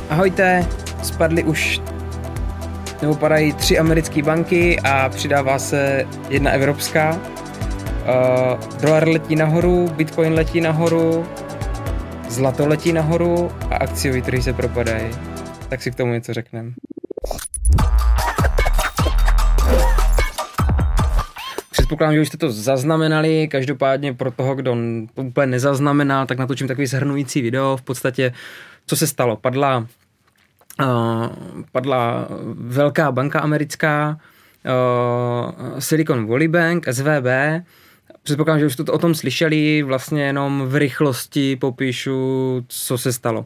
Ahojte, spadly už, nebo padají 3 americké banky a přidává se 1 evropská. Dolar letí nahoru, Bitcoin letí nahoru, zlato letí nahoru a akciový trhy se propadají. Tak si k tomu něco řekneme. Předpokládám, že už jste to zaznamenali, každopádně pro toho, kdo to úplně nezaznamenal, tak natočím takový shrnující video. V podstatě, co se stalo? Padla velká banka americká, Silicon Valley Bank, SVB. Předpokládám, že už jste to o tom slyšeli, vlastně jenom v rychlosti popíšu, co se stalo.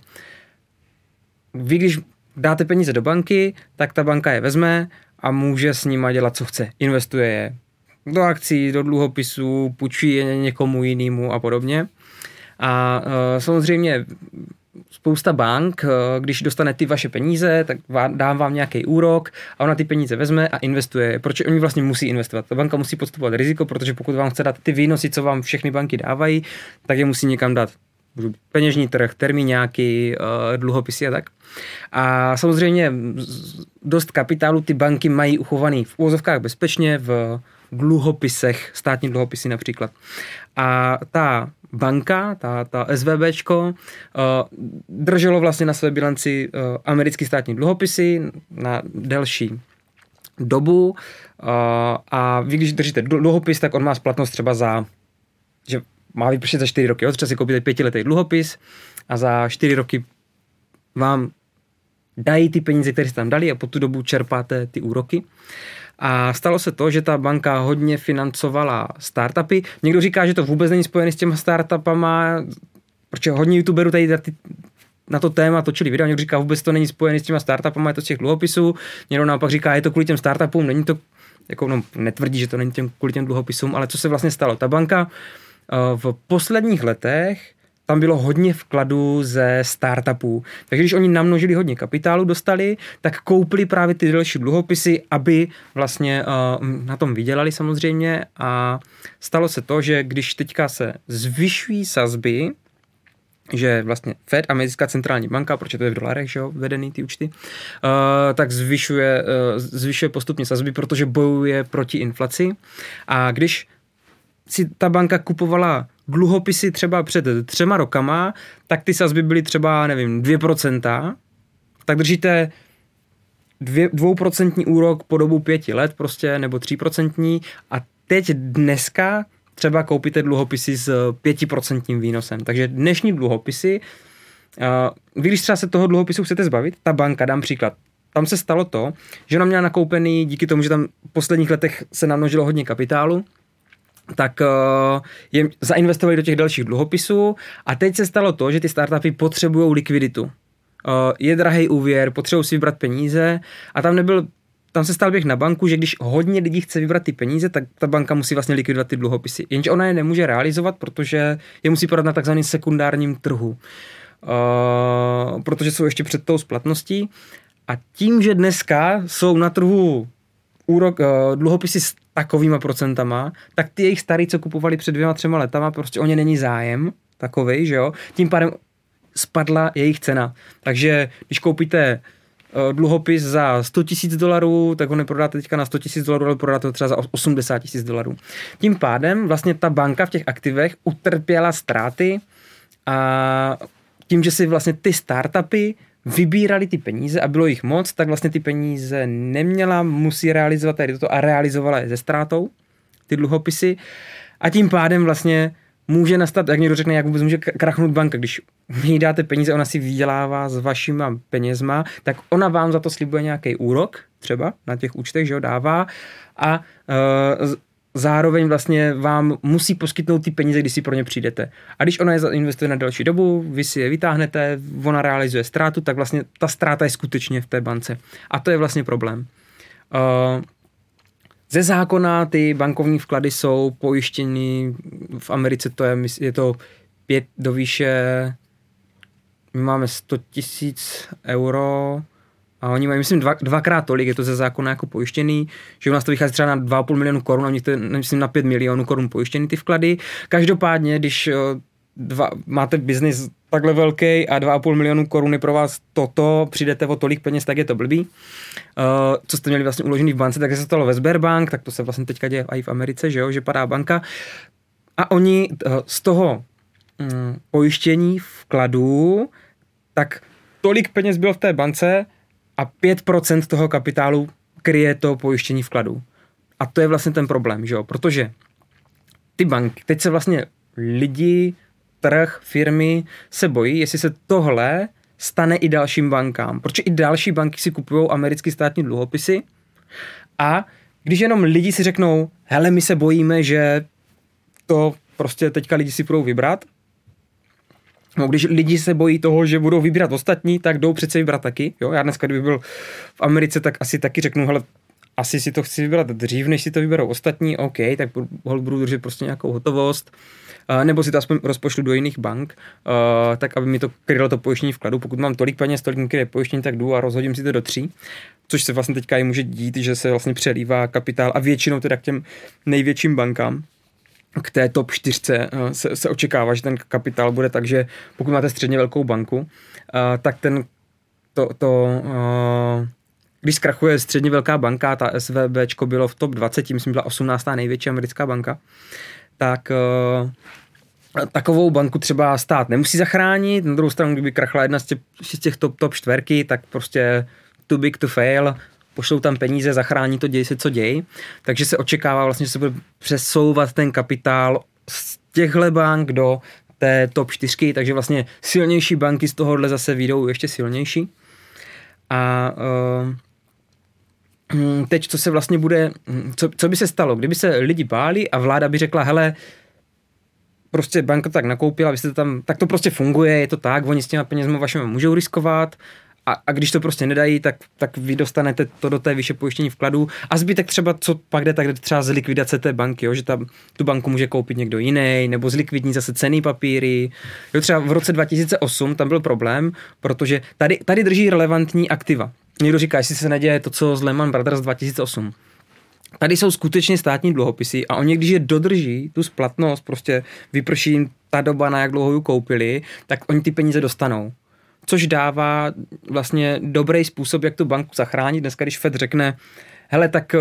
Vy, když dáte peníze do banky, tak ta banka je vezme a může s nima dělat, co chce. Investuje je do akcí, do dluhopisů, půjčí je někomu jinému a podobně. A samozřejmě spousta bank, když dostane ty vaše peníze, tak dám vám nějaký úrok a ona ty peníze vezme a investuje. Proč oni vlastně musí investovat? Ta banka musí podstupovat riziko, protože pokud vám chce dát ty výnosy, co vám všechny banky dávají, tak je musí někam dát. Peněžní trh, termíňáky, dluhopisy a tak. A samozřejmě dost kapitálu ty banky mají uchovaný v úvozovkách bezpečně v dluhopisech, státní dluhopisy například. A ta banka, ta SVBčko, drželo vlastně na své bilanci americký státní dluhopisy na delší dobu a vy, když držíte dluhopis, tak on má splatnost třeba že má vypršet za 4 roky. Třeba si koupíte 5letý dluhopis a za 4 roky vám dají ty peníze, které jste tam dali a po tu dobu čerpáte ty úroky. A stalo se to, že ta banka hodně financovala startupy. Někdo říká, že to vůbec není spojené s těma startupama, protože hodně youtuberů tady na to téma točili video. Někdo říká, vůbec to není spojené s těma startupama, je to z těch dluhopisů. Někdo naopak říká, je to kvůli těm startupům, není to, netvrdí, že to není kvůli těm dluhopisům, ale co se vlastně stalo? Ta banka v posledních letech tam bylo hodně vkladů ze startupů. Takže když oni namnožili hodně kapitálu, dostali, tak koupili právě ty další dluhopisy, aby vlastně na tom vydělali samozřejmě a stalo se to, že když teďka se zvyšují sazby, že vlastně Fed, americká centrální banka, protože to je v dolarech, že jo, vedený ty účty, tak zvyšuje postupně sazby, protože bojuje proti inflaci. A když si ta banka kupovala dluhopisy třeba před 3 rokama, tak ty sazby byly třeba, 2%, tak držíte 2% úrok po dobu 5 let prostě, nebo 3% a teď dneska třeba koupíte dluhopisy s 5% výnosem. Takže dnešní dluhopisy, vy když třeba se toho dluhopisu chcete zbavit, ta banka, dám příklad, tam se stalo to, že ona měla nakoupený, díky tomu, že tam v posledních letech se namnožilo hodně kapitálu, tak je zainvestovali do těch dalších dluhopisů a teď se stalo to, že ty startupy potřebují likviditu. Je drahý úvěr, potřebují si vybrat peníze a tam se stal běh na banku, že když hodně lidí chce vybrat ty peníze, tak ta banka musí vlastně likvidovat ty dluhopisy. Jenže ona je nemůže realizovat, protože je musí prodat na takzvaném sekundárním trhu. Protože jsou ještě před tou splatností a tím, že dneska jsou na trhu dluhopisy s takovýma procentama, tak ty jejich starý, co kupovali před 2-3 letama, prostě o ně není zájem takovej, že jo. Tím pádem spadla jejich cena. Takže když koupíte dluhopis za $100,000, tak ho neprodáte teďka na $100,000, ale prodáte ho třeba za $80,000. Tím pádem vlastně ta banka v těch aktivech utrpěla ztráty a tím, že si vlastně ty startupy vybírali ty peníze a bylo jich moc, tak vlastně ty peníze neměla, musí realizovat tady toto a realizovala je ze ztrátou, ty dluhopisy a tím pádem vlastně může nastat, jak někdo řekne, jak vůbec může krachnout banka, když jí dáte peníze, ona si vydělává s vašima penězma, tak ona vám za to slibuje nějaký úrok, třeba na těch účtech, že ho dává a zároveň vlastně vám musí poskytnout ty peníze, když si pro ně přijdete. A když ona je investuje na delší dobu, vy si je vytáhnete, ona realizuje ztrátu, tak vlastně ta ztráta je skutečně v té bance. A to je vlastně problém. Ze zákona ty bankovní vklady jsou pojištěny, v Americe je to 5 do výše, my máme 100,000 euro a oni mají, myslím, dvakrát tolik, je to ze zákona jako pojištěný, že u nás to vychází třeba na 2,5 milionu korun a u nich to je, myslím, na 5 milionů korun pojištěný ty vklady. Každopádně, když máte biznis takhle velký a 2,5 milionu korun je pro vás toto, přijdete o tolik peněz, tak je to blbý. Co jste měli vlastně uložený v bance, tak se stalo ve Sberbank, tak to se vlastně teďka děje i v Americe, že jo, že padá banka. A oni z toho pojištění vkladů, tak tolik peněz bylo v té bance a 5% toho kapitálu kryje to pojištění vkladů. A to je vlastně ten problém, že jo, protože ty banky, teď se vlastně lidi, trh, firmy se bojí, jestli se tohle stane i dalším bankám, protože i další banky si kupují americké státní dluhopisy a když jenom lidi si řeknou, hele, my se bojíme, že to prostě teďka lidi si budou vybrat, no, když lidi se bojí toho, že budou vybírat ostatní, tak jdou přece vybrat taky. Jo? Já dneska, kdyby byl v Americe, tak asi taky řeknu, hele, asi si to chci vybrat dřív, než si to vyberou ostatní, OK, tak budu držet prostě nějakou hotovost, nebo si to aspoň rozpošlu do jiných bank, tak aby mi to krylo to pojištění vkladu. Pokud mám tolik peněz, tolik mi kryje pojištění, tak jdu a rozhodím si to do 3, což se vlastně teďka i může dít, že se vlastně přelívá kapitál a většinou teda k těm největším bankám, k té top 4 se očekává, že ten kapitál bude tak, že pokud máte středně velkou banku, tak když zkrachuje středně velká banka, ta SVBčko bylo v top 20, myslím byla 18. největší americká banka, tak takovou banku třeba stát nemusí zachránit, na druhou stranu, kdyby krachla jedna z těch top 4, tak prostě too big to fail, pošlou tam peníze, zachrání to, děj se co děj. Takže se očekává vlastně, že se bude přesouvat ten kapitál z těchto bank do té top 4, takže vlastně silnější banky z tohohle zase vyjdou ještě silnější. A teď, co se vlastně bude, co by se stalo, kdyby se lidi báli a vláda by řekla, hele, prostě banka tak nakoupila, vy jste to tam, tak to prostě funguje, je to tak, oni s těma penězma vašimi můžou riskovat, a když to prostě nedají, tak vy dostanete to do té výše pojištění vkladů a zbytek třeba, co pak jde, tak jde třeba z likvidace té banky, jo, že tu banku může koupit někdo jiný, nebo zlikvidní zase cenný papíry. Jo, třeba v roce 2008 tam byl problém, protože tady drží relevantní aktiva. Někdo říká, jestli se neděje to, co z Lehman Brothers 2008. Tady jsou skutečně státní dluhopisy a oni, když je dodrží, tu splatnost, prostě vyprší jim ta doba, na jak dlouho ji koupili, tak oni ty peníze dostanou. Což dává vlastně dobrý způsob, jak tu banku zachránit. Dneska, když Fed řekne, hele, tak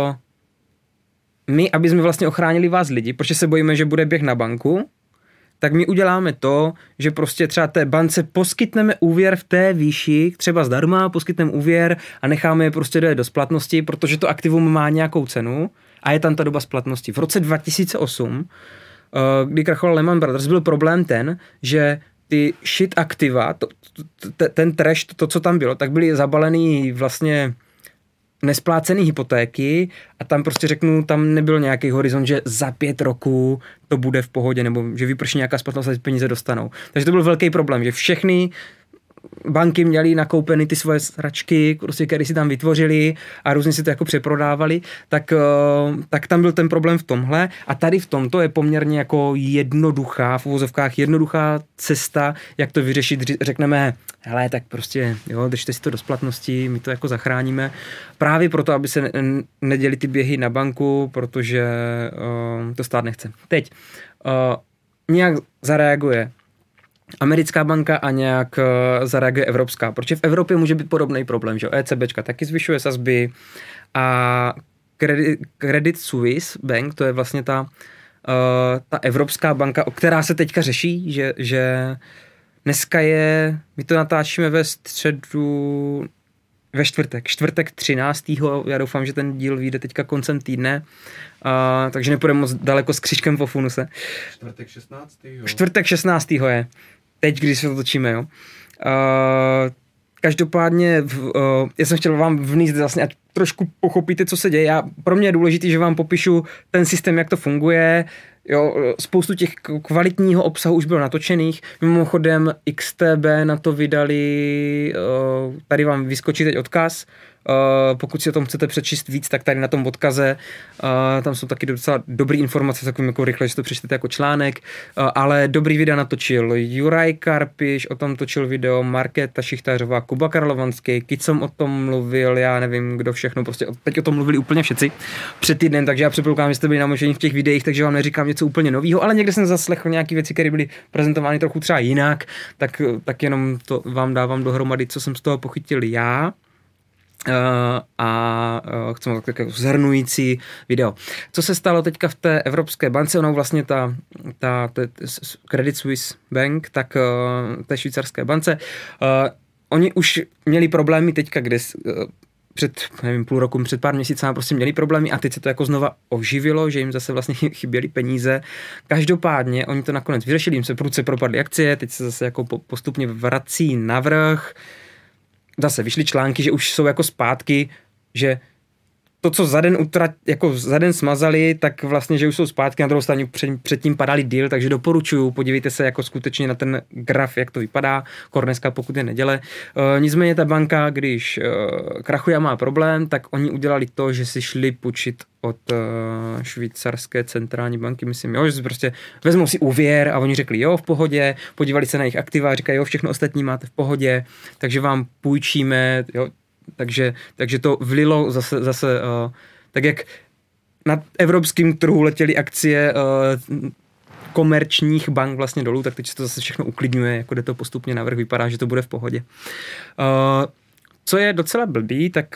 my, aby jsme vlastně ochránili vás lidi, protože se bojíme, že bude běh na banku, tak my uděláme to, že prostě třeba té bance poskytneme úvěr v té výši, třeba zdarma poskytneme úvěr a necháme je prostě dojet do splatnosti, protože to aktivum má nějakou cenu a je tam ta doba splatnosti. V roce 2008, kdy krachoval Lehman Brothers, byl problém ten, že ty shit aktiva, ten trash, to, co tam bylo, tak byly zabalený vlastně nesplácený hypotéky a tam prostě řeknu, tam nebyl nějaký horizont, že za 5 roků to bude v pohodě, nebo že vyprší nějaká splatnost a peníze dostanou. Takže to byl velký problém, že všechny banky měly nakoupeny ty svoje sračky, prostě, které si tam vytvořili a různě si to jako přeprodávali, tak tam byl ten problém v tomhle a tady v tomto je poměrně jako jednoduchá, v uvozovkách jednoduchá cesta, jak to vyřešit. Řekneme, hele, tak prostě, jo, držte si to do splatnosti, my to jako zachráníme. Právě proto, aby se neděli ty běhy na banku, protože to stát nechce. Teď nějak zareaguje americká banka a nějak zareaguje evropská. Protože v Evropě může být podobný problém, že ECBčka taky zvyšuje sazby a Credit Suisse Bank, to je vlastně ta evropská banka, která se teďka řeší, že dneska my to natáčíme ve čtvrtek 13. Já doufám, že ten díl vyjde teďka koncem týdne, takže nepůjdeme moc daleko s křičkem po funuse. Čtvrtek 16. je. Teď, když se to točíme, jo. Každopádně, já jsem chtěl vám vníst vlastně, ať trošku pochopíte, co se děje. Pro mě je důležité, že vám popíšu ten systém, jak to funguje. Jo, spoustu těch kvalitního obsahu už bylo natočených. Mimochodem XTB na to vydali, tady vám vyskočí teď odkaz. Pokud si o tom chcete přečíst víc, tak tady na tom odkaze, tam jsou taky docela dobrý informace, takovým jako rychle, že to přečtete jako článek, ale dobrý video natočil Juraj Karpiš, o tom točil video, Markéta Šichtářová, Kuba Karlovanský, Kicom o tom mluvil, já nevím kdo všechno, prostě teď o tom mluvili úplně všetci před týdnem, takže já předpokládám, že jste byli namočení v těch videích, takže vám neříkám něco úplně nového, ale někde jsem zaslechl nějaké věci, které byly prezentovány trochu třeba jinak, tak jenom to vám dávám dohromady, co jsem z toho pochytil já. A chci mít takové zhrnující video. Co se stalo teďka v té Evropské bance, ono vlastně ta Credit Suisse Bank, tak té švýcarské bance, oni už měli problémy teďka, kde před, nevím, půl roku, před pár měsíců prostě měli problémy a teď se to jako znova oživilo, že jim zase vlastně chyběly peníze. Každopádně oni to nakonec vyřešili, jim se prudce propadly akcie, teď se zase jako postupně vrací navrch. Zase vyšly články, že už jsou jako zpátky, že to, co za den smazali, tak vlastně, že už jsou zpátky, na druhou stranu předtím padali deal, takže doporučuju, podívejte se jako skutečně na ten graf, jak to vypadá, dneska, pokud je neděle. Nicméně ta banka, když krachuje a má problém, tak oni udělali to, že si šli půjčit od švýcarské centrální banky, myslím, jo, že si prostě vezmou si úvěr a oni řekli, jo, v pohodě, podívali se na jejich aktiva a říkají, jo, všechno ostatní máte v pohodě, takže vám půjčíme, jo, takže to vlilo zase tak jak na evropském trhu letěly akcie komerčních bank vlastně dolů, tak teď se to zase všechno uklidňuje, jako jde to postupně navrch, vypadá, že to bude v pohodě. Co je docela blbý, tak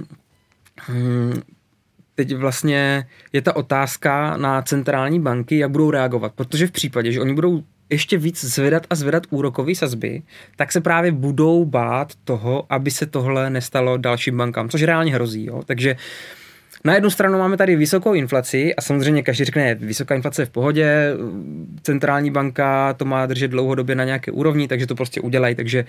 teď vlastně je ta otázka na centrální banky, jak budou reagovat, protože v případě, že oni budou ještě víc zvedat úrokové sazby, tak se právě budou bát toho, aby se tohle nestalo dalším bankám, což reálně hrozí. Jo? Takže na jednu stranu máme tady vysokou inflaci a samozřejmě každý řekne, vysoká inflace je v pohodě, centrální banka to má držet dlouhodobě na nějaké úrovni, takže to prostě udělají, takže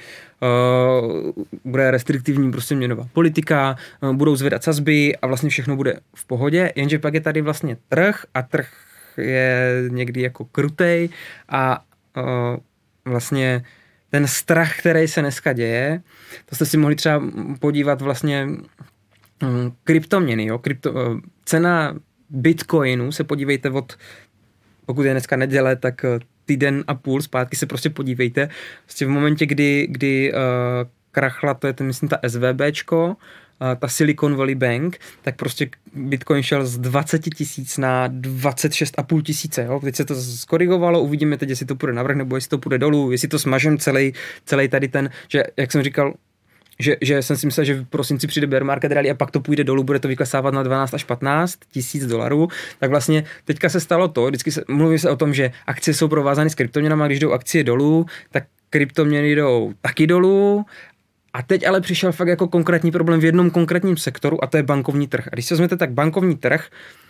bude restriktivní prostě měnová politika, budou zvedat sazby a vlastně všechno bude v pohodě, jenže pak je tady vlastně trh a trh je někdy jako krutej a vlastně ten strach, který se dneska děje, to jste si mohli třeba podívat vlastně kryptoměny, jo? Cena Bitcoinu, se podívejte pokud je dneska neděle, tak týden a půl zpátky se prostě podívejte. Vlastně v momentě, kdy krachla, to je myslím ta SVBčko, ta Silicon Valley Bank, tak prostě Bitcoin šel z 20 000 na 26 500. Jo? Teď se to skorigovalo, uvidíme teď, jestli to půjde navrch, nebo jestli to půjde dolů, jestli to smažem celý tady ten, že jak jsem říkal, že jsem si myslel, že v prosinci přijde bear market rally a pak to půjde dolů, bude to vyklesávat na 12 až 15 tisíc dolarů, tak vlastně teďka se stalo to, vždycky mluví se o tom, že akcie jsou provázány s kryptoměnami, když jdou akcie dolů, tak kryptoměny jdou taky dolů. A teď ale přišel fakt jako konkrétní problém v jednom konkrétním sektoru a to je bankovní trh. A když se vezmete, tak bankovní trh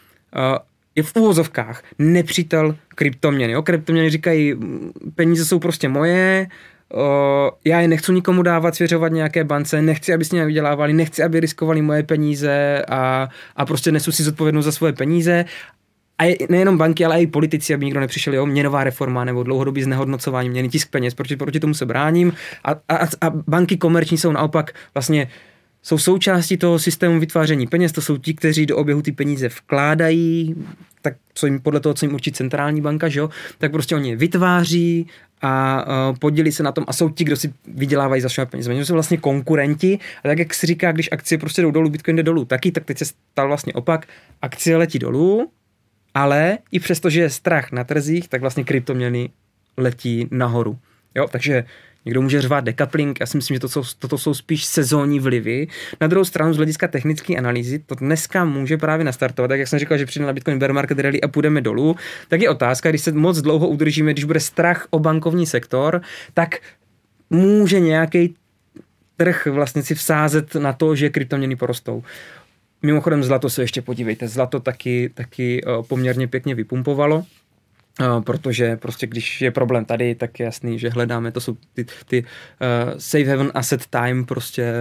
je v úvozovkách nepřítel kryptoměny. Jo? Kryptoměny říkají, peníze jsou prostě moje, já je nechci nikomu dávat, svěřovat nějaké bance, nechci, aby s nimi vydělávali, nechci, aby riskovali moje peníze a prostě nesu si zodpovědnost za svoje peníze. A nejenom banky, ale i politici, aby nikdo nepřišel, jo, měnová reforma nebo dlouhodobý znehodnocování měny, tisk peněz, proti tomu se bráním. A banky komerční jsou naopak vlastně jsou součástí toho systému vytváření peněz, to jsou ti, kteří do oběhu ty peníze vkládají, tak co jim, podle toho, co jim určí centrální banka, že jo, tak prostě oni je vytváří a podělí se na tom a jsou ti, kdo si vydělávají za své peníze. Oni jsou vlastně konkurenti a tak, jak se říká, když akcie prostě jdou dolů, Bitcoin jde dolů taky, tak teď se stal vlastně opak, akcie letí dolů, ale i přesto, že je strach na trzích, tak vlastně kryptoměny letí nahoru. Jo, takže někdo může řvát decoupling, já si myslím, že toto jsou spíš sezónní vlivy. Na druhou stranu z hlediska technické analýzy to dneska může právě nastartovat, tak jak jsem říkal, že přijde na Bitcoin bear market rally a půjdeme dolů, tak je otázka, když se moc dlouho udržíme, když bude strach o bankovní sektor, tak může nějaký trh vlastně si vsázet na to, že kryptoměny porostou. Mimochodem zlato se ještě podívejte, zlato taky poměrně pěkně vypumpovalo, protože prostě když je problém tady, tak je jasný, že hledáme, to jsou ty safe haven asset time prostě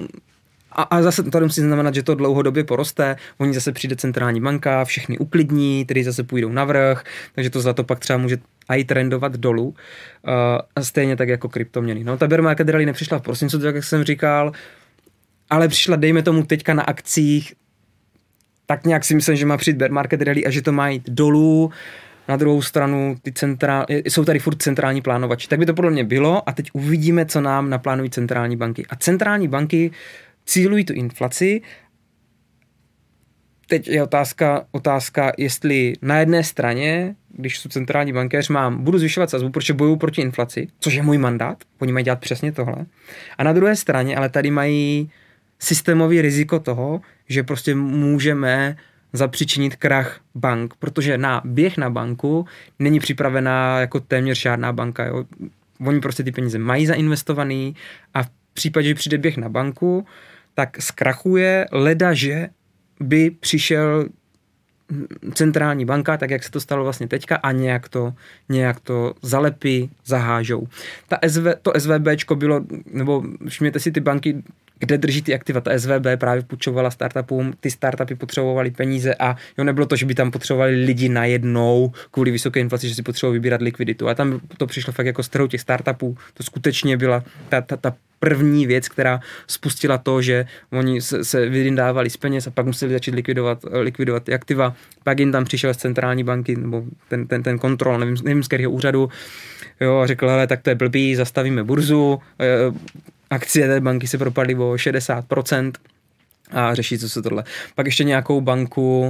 a zase tady musí znamenat, že to dlouhodobě poroste, oni zase přijde centrální banka, všechny uklidní, tedy zase půjdou navrch, takže to zlato pak třeba může i trendovat dolů a stejně tak jako kryptoměny. No ta bear market rally nepřišla v prosinci, tak jak jsem říkal, ale přišla, dejme tomu teďka na akcích, tak nějak si myslím, že má přijít bear market rally a že to má jít dolů. Na druhou stranu jsou tady furt centrální plánovači. Tak by to podle mě bylo a teď uvidíme, co nám naplánují centrální banky. A centrální banky cílují tu inflaci teď je otázka, jestli na jedné straně, když jsou centrální bankéř, budu zvyšovat sazbu, protože bojuju proti inflaci, což je můj mandát, oni mají dělat přesně tohle. A na druhé straně, ale tady mají systémový riziko toho, že prostě můžeme zapříčinit krach bank, protože na běh na banku není připravená jako téměř žádná banka. Jo. Oni prostě ty peníze mají zainvestovaný a v případě, že přijde běh na banku, tak zkrachuje, ledaže by přišel centrální banka, tak jak se to stalo vlastně teďka a nějak to zalepí, zahážou. To SVBčko bylo, nebo všimněte si ty banky, kde drží ty aktiva. Ta SVB právě půjčovala startupům, ty startupy potřebovaly peníze a nebylo to, že by tam potřebovali lidi najednou kvůli vysoké inflaci, že si potřebovali vybírat likviditu. A tam to přišlo fakt jako z trhu těch startupů. To skutečně byla ta první věc, která spustila to, že oni se vydávali z peněz a pak museli začít likvidovat ty aktiva. Pak jim tam přišel z centrální banky, nebo ten kontrol, nevím z kterého úřadu, jo, a řekl, hele, tak to je blbý, zastavíme burzu, akcie té banky se propadly o 60% a řeší, co se tohle. Pak ještě nějakou banku,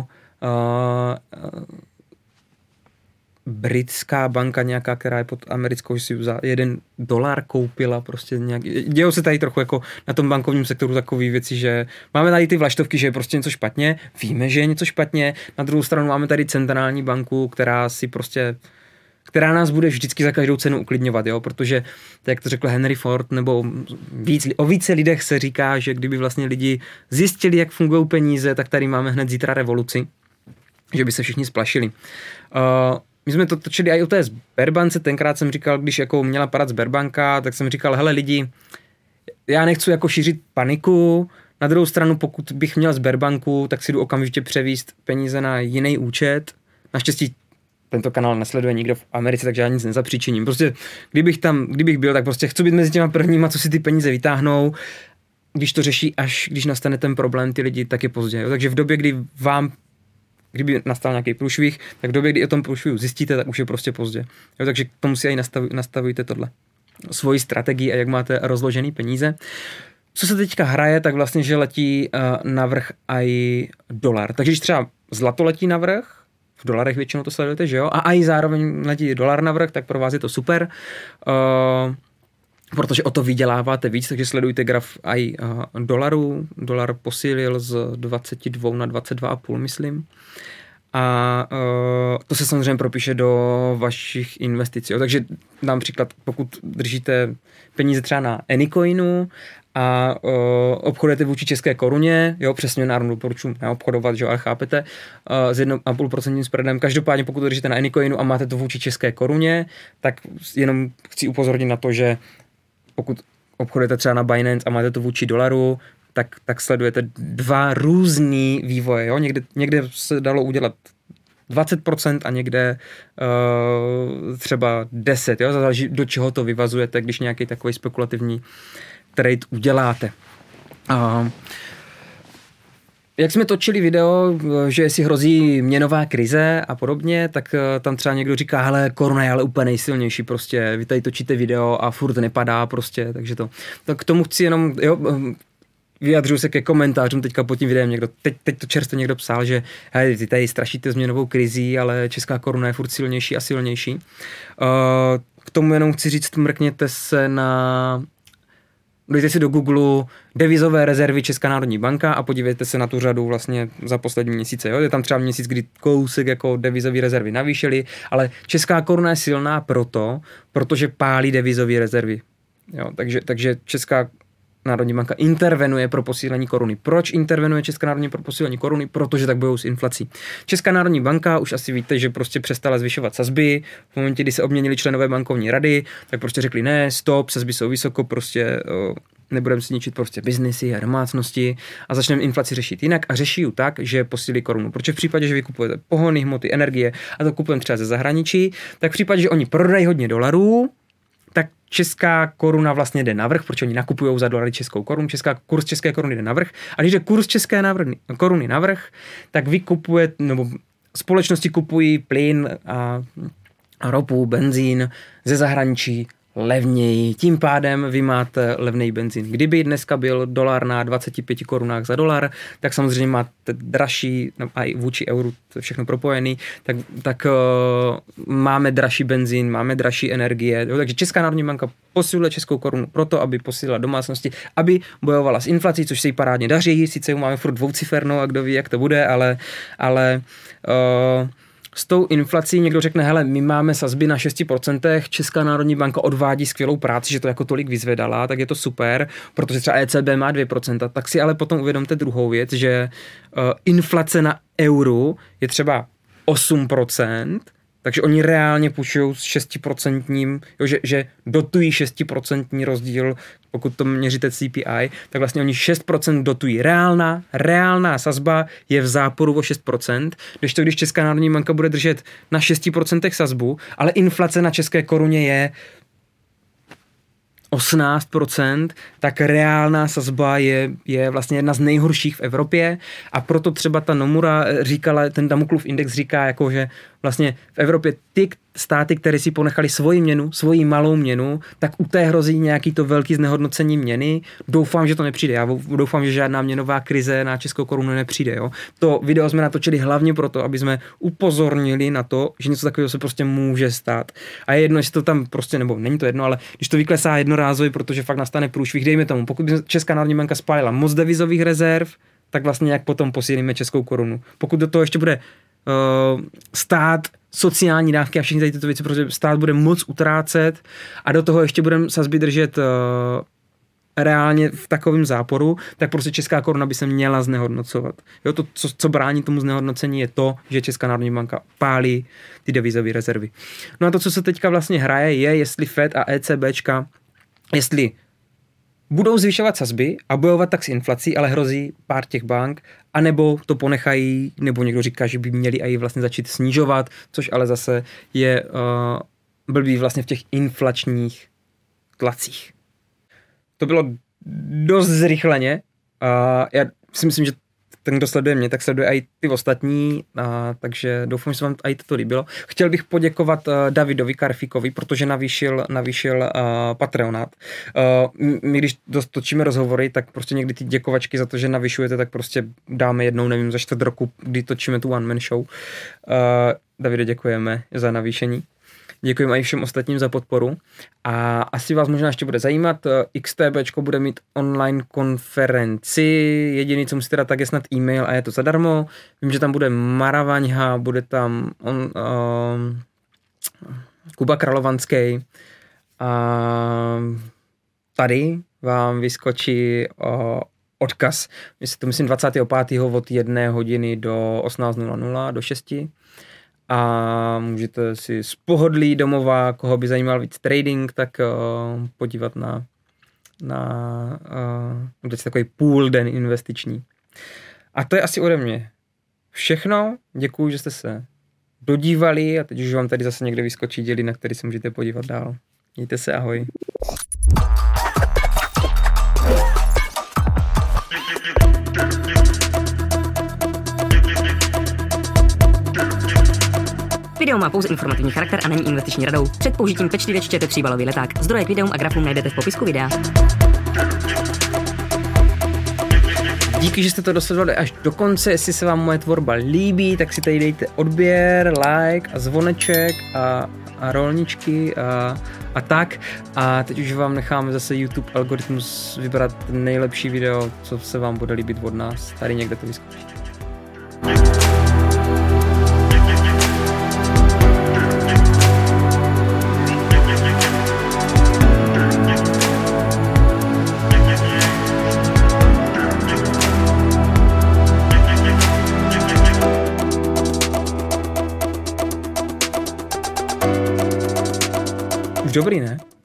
britská banka nějaká, která je pod americkou, že si za $1 koupila prostě nějak. Dějou se tady trochu jako na tom bankovním sektoru takové věci, že máme tady ty vlaštovky, že je prostě něco špatně, víme, že je něco špatně, na druhou stranu máme tady centrální banku, která nás bude vždycky za každou cenu uklidňovat, jo, protože, tak jak to řekl Henry Ford, nebo o více lidech se říká, že kdyby vlastně lidi zjistili, jak fungují peníze, tak tady máme hned zítra revoluci, že by se všichni splašili. My jsme to točili i o té Sberbance, tenkrát jsem říkal, když jako měla padat Sberbanka, tak jsem říkal, hele lidi, já nechci jako šířit paniku, na druhou stranu, pokud bych měl Sberbanku, tak si jdu okamžitě převíst peníze na jiný účet. Naštěstí tento kanál nesleduje nikdo v Americe, takže já nic nezapříčiním. Prostě kdybych byl, tak prostě chci být mezi těma prvníma, co si ty peníze vytáhnou. Když to řeší, až když nastane ten problém, ty lidi, tak je pozdě. Jo? Takže v době, kdyby nastal nějaký průšvih, tak v době, kdy o tom průšvihu zjistíte, tak už je prostě pozdě. Jo? Takže k tomu si i nastavujte tohle. Svoji strategii a jak máte rozložený peníze. Co se teďka hraje, tak vlastně, že letí navrch i dolar. Takže když třeba zlato letí navrch, v dolarech většinou to sledujete, že jo? A i zároveň letí dolar navrch, tak pro vás je to super, protože o to vyděláváte víc, takže sledujte graf i dolaru. Dolar posílil z 22 na 22,5, myslím. A to se samozřejmě propíše do vašich investic. Jo? Takže dám příklad, pokud držíte peníze třeba na Anycoinu a obchodujete vůči české koruně, jo, přesně národnou doporučuji neobchodovat, že jo, ale chápete, s 1,5% spreadem. Každopádně, pokud to držíte na Anycoinu a máte to vůči české koruně, tak jenom chci upozornit na to, že pokud obchodujete třeba na Binance a máte to vůči dolaru, tak sledujete dva různý vývoje. Jo? Někde se dalo udělat 20% a někde třeba 10%. Jo? Záleží, do čeho to vyvazujete, když nějaký takový spekulativní trade uděláte. Jak jsme točili video, že si hrozí měnová krize a podobně, tak tam třeba někdo říká, hele, koruna je ale úplně nejsilnější, prostě vy tady točíte video a furt nepadá prostě, takže to. Tak k tomu chci jenom, jo, vyjadřuju se ke komentářům teďka pod tím videem, teď to čerstvě někdo psal, že hej, ty tady strašíte změnovou krizí, ale česká koruna je furt silnější a silnější. K tomu jenom chci říct, mrkněte se dejte si do Google devizové rezervy Česká národní banka a podívejte se na tu řadu vlastně za poslední měsíce. Jo? Je tam třeba měsíc, kdy kousek jako devizové rezervy navýšily, ale česká koruna je silná protože pálí devizové rezervy. Jo? Takže Česká národní banka intervenuje pro posílení koruny. Proč intervenuje Česká národní pro posílení koruny? Protože tak bojují s inflací. Česká národní banka, už asi víte, že prostě přestala zvyšovat sazby. V momentě, kdy se obměnili členové bankovní rady, tak prostě řekli ne, stop, sazby jsou vysoko, prostě nebudeme si ničit prostě biznesy a domácnosti a začneme inflaci řešit jinak a řeší ji tak, že posílí korunu. Protože v případě, že vy kupujete pohonné hmoty, energie a to kupujeme třeba ze zahraničí, tak v případě, že oni prodají hodně dolarů, tak česká koruna vlastně jde navrch, protože oni nakupují za dolary českou korunu, kurz české koruny jde navrch. A když jde kurz české koruny navrch, tak vy kupujete, nebo společnosti kupují plyn a ropu, benzín ze zahraničí levněji. Tím pádem vy máte levný benzín. Kdyby dneska byl dolar na 25 korunách za dolar, tak samozřejmě máte dražší, no a i vůči euru, to je všechno propojený, tak máme dražší benzín, máme dražší energie. Takže Česká národní banka posiluje českou korunu proto, aby posílila domácnosti, aby bojovala s inflací, což se jí parádně daří. Sice ju máme furt dvoucifernou a kdo ví, jak to bude, ale s tou inflací někdo řekne, hele, my máme sazby na 6%, Česká národní banka odvádí skvělou práci, že to jako tolik vyzvedala, tak je to super, protože třeba ECB má 2%, tak si ale potom uvědomte druhou věc, že inflace na euru je třeba 8%, takže oni reálně půjčují s 6%, že dotují 6% rozdíl, pokud to měříte CPI, tak vlastně oni 6% dotují. Reálná sazba je v záporu o 6%, když Česká národní banka bude držet na 6% sazbu, ale inflace na české koruně je 18%, tak reálná sazba je vlastně jedna z nejhorších v Evropě a proto třeba ta Nomura říkala, ten Damoklův index říká, jako, že vlastně v Evropě ty státy, které si ponechali svoji měnu, svoji malou měnu, tak u té hrozí nějaký to velký znehodnocení měny. Doufám, že to nepřijde. Já doufám, že žádná měnová krize na českou korunu nepřijde. Jo? To video jsme natočili hlavně proto, aby jsme upozornili na to, že něco takového se prostě může stát. A je jedno, jestli to tam prostě, nebo není to jedno, ale když to vyklesá jednorázově, protože fakt nastane průšvih, dejme tomu, pokud by Česká národní banka spálila moc devizových rezerv, tak vlastně jak potom posílíme českou korunu. Pokud do toho ještě bude stát, sociální dávky a všechny tady tyto věci, protože stát bude moc utrácet a do toho ještě budeme sazby držet reálně v takovém záporu, tak prostě česká koruna by se měla znehodnocovat. Jo, to, co brání tomu znehodnocení, je to, že Česká národní banka pálí ty devizové rezervy. No a to, co se teďka vlastně hraje, je, jestli Fed a ECBčka, jestli budou zvyšovat sazby a bojovat tak s inflací, ale hrozí pár těch bank, anebo to ponechají, nebo někdo říká, že by měli i vlastně začít snižovat, což ale zase je blbý vlastně v těch inflačních tlacích. To bylo dost zrychleně. Já si myslím, že ten, kdo sleduje mě, tak sleduje i ty ostatní, takže doufám, že se vám i toto líbilo. Chtěl bych poděkovat Davidovi Karfíkovi, protože navýšil Patreonát. My, když točíme rozhovory, tak prostě někdy ty děkovačky za to, že navyšujete, tak prostě dáme jednou, nevím, za 4 roku, kdy točíme tu one man show. Davide, děkujeme za navýšení. Děkujeme i všem ostatním za podporu a asi vás možná ještě bude zajímat, XTBčko bude mít online konferenci, jediný, co musíte dát, tak je snad e-mail a je to zadarmo. Vím, že tam bude Mara Vaňha, bude tam Kuba Kralovanský a tady vám vyskočí odkaz, myslím 25. od 1 hodiny do 18:00 do 6. A můžete si z pohodlí domova, koho by zajímal víc trading, tak podívat na takový půl den investiční. A to je asi ode mě všechno. Děkuju, že jste se dodívali a teď už vám tady zase někde vyskočí díly, na který se můžete podívat dál. Mějte se, ahoj. Video má pouze informativní charakter a není investiční radou. Před použitím pečlivě čtěte příbalový leták. Zdroje k videům a grafům najdete v popisku videa. Díky, že jste to dosledovali až do konce. Jestli se vám moje tvorba líbí, tak si tady dejte odběr, like a zvoneček a rolničky a tak. A teď už vám necháme zase YouTube algoritmus vybrat nejlepší video, co se vám bude líbit od nás. Tady někde to vyzkoušíte. Dobrý, ne?